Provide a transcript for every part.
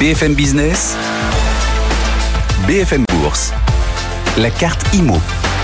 BFM Business, BFM Bourse, la carte IMO.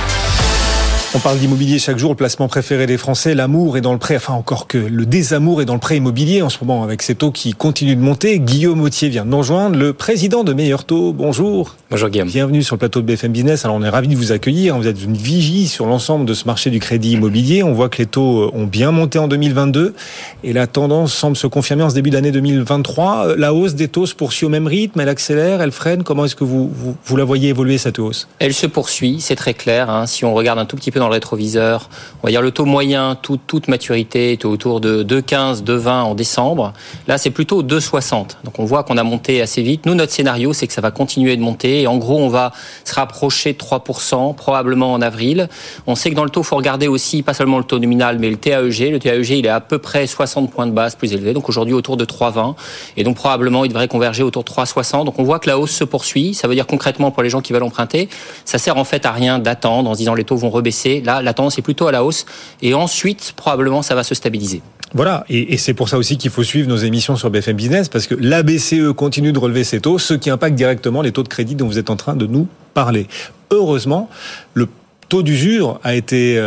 On parle d'immobilier chaque jour, le placement préféré des Français, l'amour est dans le prêt, enfin encore que le désamour est dans le prêt immobilier en ce moment avec ces taux qui continuent de monter. Guillaume Autier vient de nous rejoindre, le président de Meilleur Taux. Bonjour. Bonjour Guillaume. Bienvenue sur le plateau de BFM Business. Alors on est ravis de vous accueillir. Vous êtes une vigie sur l'ensemble de ce marché du crédit immobilier. On voit que les taux ont bien monté en 2022 et la tendance semble se confirmer en ce début d'année 2023. La hausse des taux se poursuit au même rythme, elle accélère, elle freine. Comment est-ce que vous la voyez évoluer cette hausse ? Elle se poursuit, c'est très clair. Si on regarde un tout petit peu dans le rétroviseur, on va dire le taux moyen, toute maturité, était autour de 2,15, 2,20 en décembre. Là, c'est plutôt 2,60. Donc on voit qu'on a monté assez vite. Nous, notre scénario, c'est que ça va continuer de monter. Et en gros, on va se rapprocher de 3%, probablement en avril. On sait que dans le taux, il faut regarder aussi, pas seulement le taux nominal, mais le TAEG. Le TAEG, il est à peu près 60 points de base plus élevé. Donc aujourd'hui, autour de 3,20. Et donc probablement, il devrait converger autour de 3,60. Donc on voit que la hausse se poursuit. Ça veut dire concrètement, pour les gens qui veulent emprunter, ça sert en fait à rien d'attendre en se disant les taux vont rebaisser. Là, la tendance est plutôt à la hausse. Et ensuite, probablement, ça va se stabiliser. Voilà, et c'est pour ça aussi qu'il faut suivre nos émissions sur BFM Business, parce que la BCE continue de relever ses taux, ce qui impacte directement les taux de crédit dont vous êtes en train de nous parler. Heureusement, le taux d'usure a été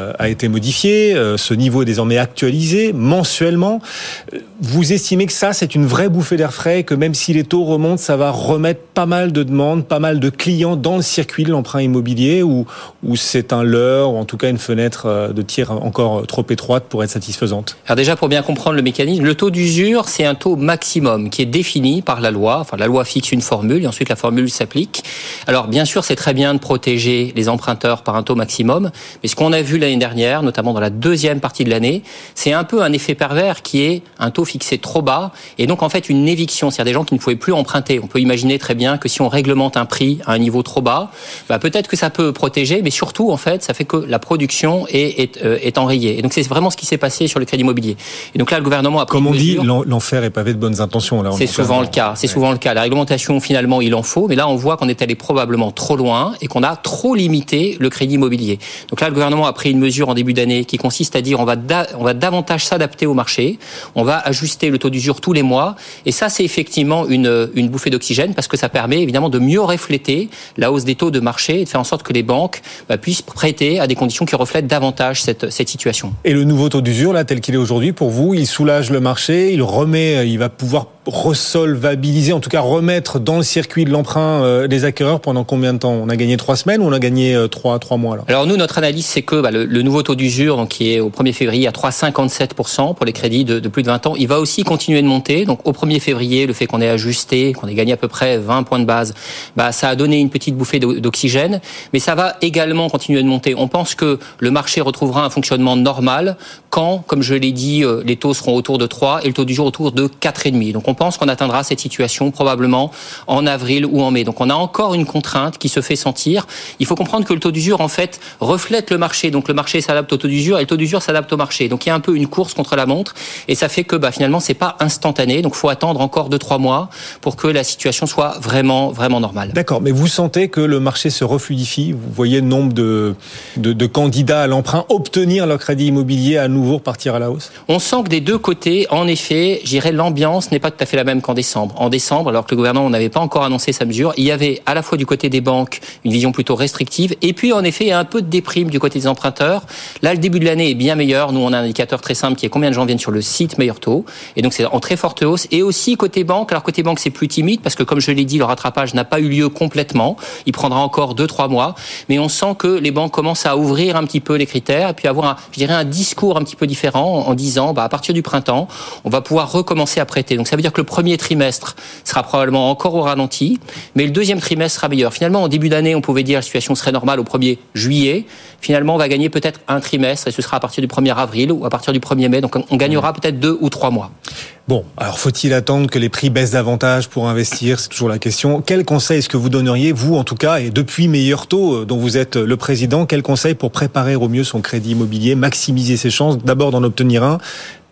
modifié, ce niveau est désormais actualisé mensuellement. Vous estimez que ça, c'est une vraie bouffée d'air frais, que même si les taux remontent, ça va remettre pas mal de demandes, pas mal de clients dans le circuit de l'emprunt immobilier, ou c'est un leurre, ou en tout cas une fenêtre de tir encore trop étroite pour être satisfaisante ? Alors déjà, pour bien comprendre le mécanisme, le taux d'usure, c'est un taux maximum qui est défini par la loi. Enfin, la loi fixe une formule et ensuite la formule s'applique. Alors bien sûr, c'est très bien de protéger les emprunteurs par un taux maximum, mais ce qu'on a vu l'année dernière, notamment dans la deuxième partie de l'année, c'est un peu un effet pervers qui est un taux fixé trop bas et donc en fait une éviction, c'est-à-dire des gens qui ne pouvaient plus emprunter. On peut imaginer très bien que si on réglemente un prix à un niveau trop bas, peut-être que ça peut protéger, mais surtout en fait ça fait que la production est enrayée. Et donc c'est vraiment ce qui s'est passé sur le crédit immobilier. Et donc là le gouvernement a pris comme on mesure. dit, l'enfer est pavé de bonnes intentions. Là, c'est souvent le cas. C'est souvent le cas. La réglementation finalement il en faut, mais là on voit qu'on est allé probablement trop loin et qu'on a trop limité le crédit immobilier. Donc là, le gouvernement a pris une mesure en début d'année qui consiste à dire on va davantage s'adapter au marché, on va ajuster le taux d'usure tous les mois, et ça, c'est effectivement une bouffée d'oxygène parce que ça permet évidemment de mieux refléter la hausse des taux de marché et de faire en sorte que les banques puissent prêter à des conditions qui reflètent davantage cette situation. Et le nouveau taux d'usure, là, tel qu'il est aujourd'hui, pour vous, il soulage le marché, il va pouvoir resolvabiliser, en tout cas remettre dans le circuit de l'emprunt des acquéreurs pendant combien de temps ? On a gagné 3 semaines ou on a gagné 3 mois là ? Alors nous, notre analyse, c'est que le nouveau taux d'usure, donc qui est au 1er février à 3,57% pour les crédits de plus de 20 ans, il va aussi continuer de monter. Donc au 1er février, le fait qu'on ait ajusté, qu'on ait gagné à peu près 20 points de base, ça a donné une petite bouffée d'oxygène, mais ça va également continuer de monter. On pense que le marché retrouvera un fonctionnement normal quand, comme je l'ai dit, les taux seront autour de 3 et le taux d'usure autour de 4,5. Donc on pense qu'on atteindra cette situation probablement en avril ou en mai. Donc on a encore une contrainte qui se fait sentir. Il faut comprendre que le taux d'usure en fait reflète le marché. Donc le marché s'adapte au taux d'usure et le taux d'usure s'adapte au marché. Donc il y a un peu une course contre la montre et ça fait que finalement c'est pas instantané. Donc il faut attendre encore 2-3 mois pour que la situation soit vraiment normale. D'accord, mais vous sentez que le marché se refluidifie ? Vous voyez le nombre de candidats à l'emprunt obtenir leur crédit immobilier à nouveau repartir à la hausse ? On sent que des deux côtés, en effet, je dirais l'ambiance n'est pas tout à fait la même qu'en décembre. En décembre, alors que le gouvernement n'avait pas encore annoncé sa mesure, il y avait à la fois du côté des banques une vision plutôt restrictive et puis en effet il y a un peu de déprime du côté des emprunteurs. Là, le début de l'année est bien meilleur. Nous, on a un indicateur très simple qui est combien de gens viennent sur le site Meilleur Taux. Et donc, c'est en très forte hausse. Et aussi, côté banque. Alors, côté banque, c'est plus timide parce que, comme je l'ai dit, le rattrapage n'a pas eu lieu complètement. Il prendra encore 2-3 mois. Mais on sent que les banques commencent à ouvrir un petit peu les critères et puis avoir un discours un petit peu différent en disant, à partir du printemps, on va pouvoir recommencer à prêter. Donc, ça veut dire que le premier trimestre sera probablement encore au ralenti, mais le deuxième trimestre sera meilleur. Finalement, en début d'année, on pouvait dire la situation serait normale au 1er juillet. Finalement, on va gagner peut-être un trimestre et ce sera à partir du 1er avril ou à partir du 1er mai. Donc, on gagnera peut-être 2 ou 3 mois. Bon, alors faut-il attendre que les prix baissent davantage pour investir ? C'est toujours la question. Quel conseil est-ce que vous donneriez, vous en tout cas, et depuis Meilleur Taux, dont vous êtes le président, quel conseil pour préparer au mieux son crédit immobilier, maximiser ses chances, d'abord d'en obtenir un,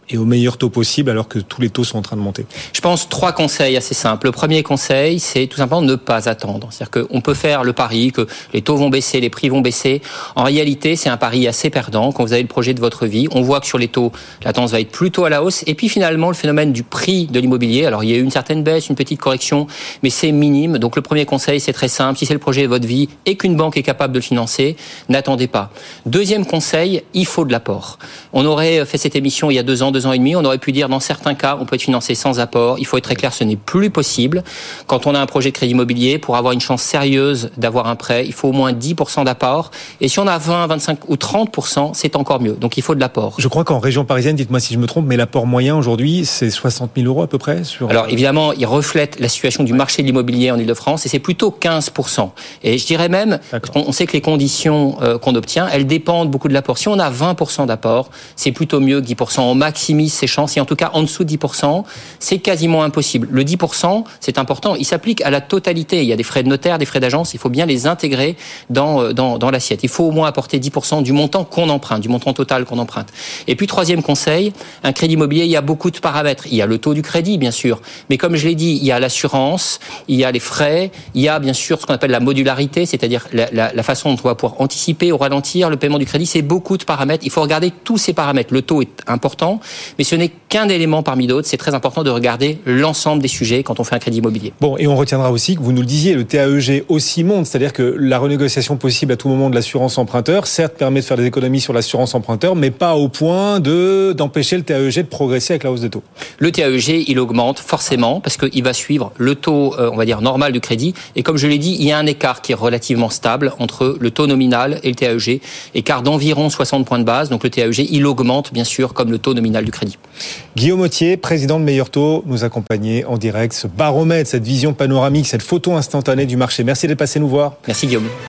et au meilleur taux possible alors que tous les taux sont en train de monter? Je pense 3 conseils assez simples. Le premier conseil, c'est tout simplement ne pas attendre. C'est-à-dire qu'on peut faire le pari que les taux vont baisser, les prix vont baisser. En réalité, c'est un pari assez perdant. Quand vous avez le projet de votre vie, on voit que sur les taux, la tendance va être plutôt à la hausse. Et puis finalement, le phénomène du prix de l'immobilier, alors il y a eu une certaine baisse, une petite correction, mais c'est minime. Donc le premier conseil, c'est très simple. Si c'est le projet de votre vie et qu'une banque est capable de le financer, n'attendez pas. Deuxième conseil, il faut de l'apport. On aurait fait cette émission il y a 2 ans et demi, on aurait pu dire dans certains cas, on peut être financé sans apport. Il faut être très clair, ce n'est plus possible. Quand on a un projet de crédit immobilier, pour avoir une chance sérieuse d'avoir un prêt, il faut au moins 10% d'apport. Et si on a 20, 25 ou 30%, c'est encore mieux. Donc il faut de l'apport. Je crois qu'en région parisienne, dites-moi si je me trompe, mais l'apport moyen aujourd'hui, c'est 60 000 euros à peu près Alors évidemment, il reflète la situation du marché de l'immobilier en Ile-de-France et c'est plutôt 15%. Et je dirais même, on sait que les conditions qu'on obtient, elles dépendent beaucoup de l'apport. Si on a 20% d'apport, c'est plutôt mieux que 10%. On maximise ses chances et en tout cas en dessous de 10%, c'est quasiment impossible. Le 10%, c'est important, il s'applique à la totalité. Il y a des frais de notaire, des frais d'agence, il faut bien les intégrer dans l'assiette. Il faut au moins apporter 10% du montant qu'on emprunte, du montant total qu'on emprunte. Et puis troisième conseil, un crédit immobilier, il y a beaucoup de paramètres. Il y a le taux du crédit, bien sûr, mais comme je l'ai dit, il y a l'assurance, il y a les frais, il y a bien sûr ce qu'on appelle la modularité, c'est-à-dire la façon dont on va pouvoir anticiper ou ralentir le paiement du crédit. C'est beaucoup de paramètres. Il faut regarder tous ces paramètres. Le taux est important, mais ce n'est qu'un élément parmi d'autres. C'est très important de regarder l'ensemble des sujets quand on fait un crédit immobilier. Bon, et on retiendra aussi que vous nous le disiez, le TAEG aussi monte, c'est-à-dire que la renégociation possible à tout moment de l'assurance emprunteur, certes, permet de faire des économies sur l'assurance emprunteur, mais pas au point d'empêcher le TAEG de progresser avec la hausse des taux. Le TAEG, il augmente forcément parce qu'il va suivre le taux, on va dire, normal du crédit. Et comme je l'ai dit, il y a un écart qui est relativement stable entre le taux nominal et le TAEG, écart d'environ 60 points de base. Donc le TAEG, il augmente bien sûr comme le taux nominal du crédit. Guillaume Ottier, président de Meilleur Taux, nous accompagnait en direct, ce baromètre, cette vision panoramique, cette photo instantanée du marché. Merci d'être passé nous voir. Merci Guillaume.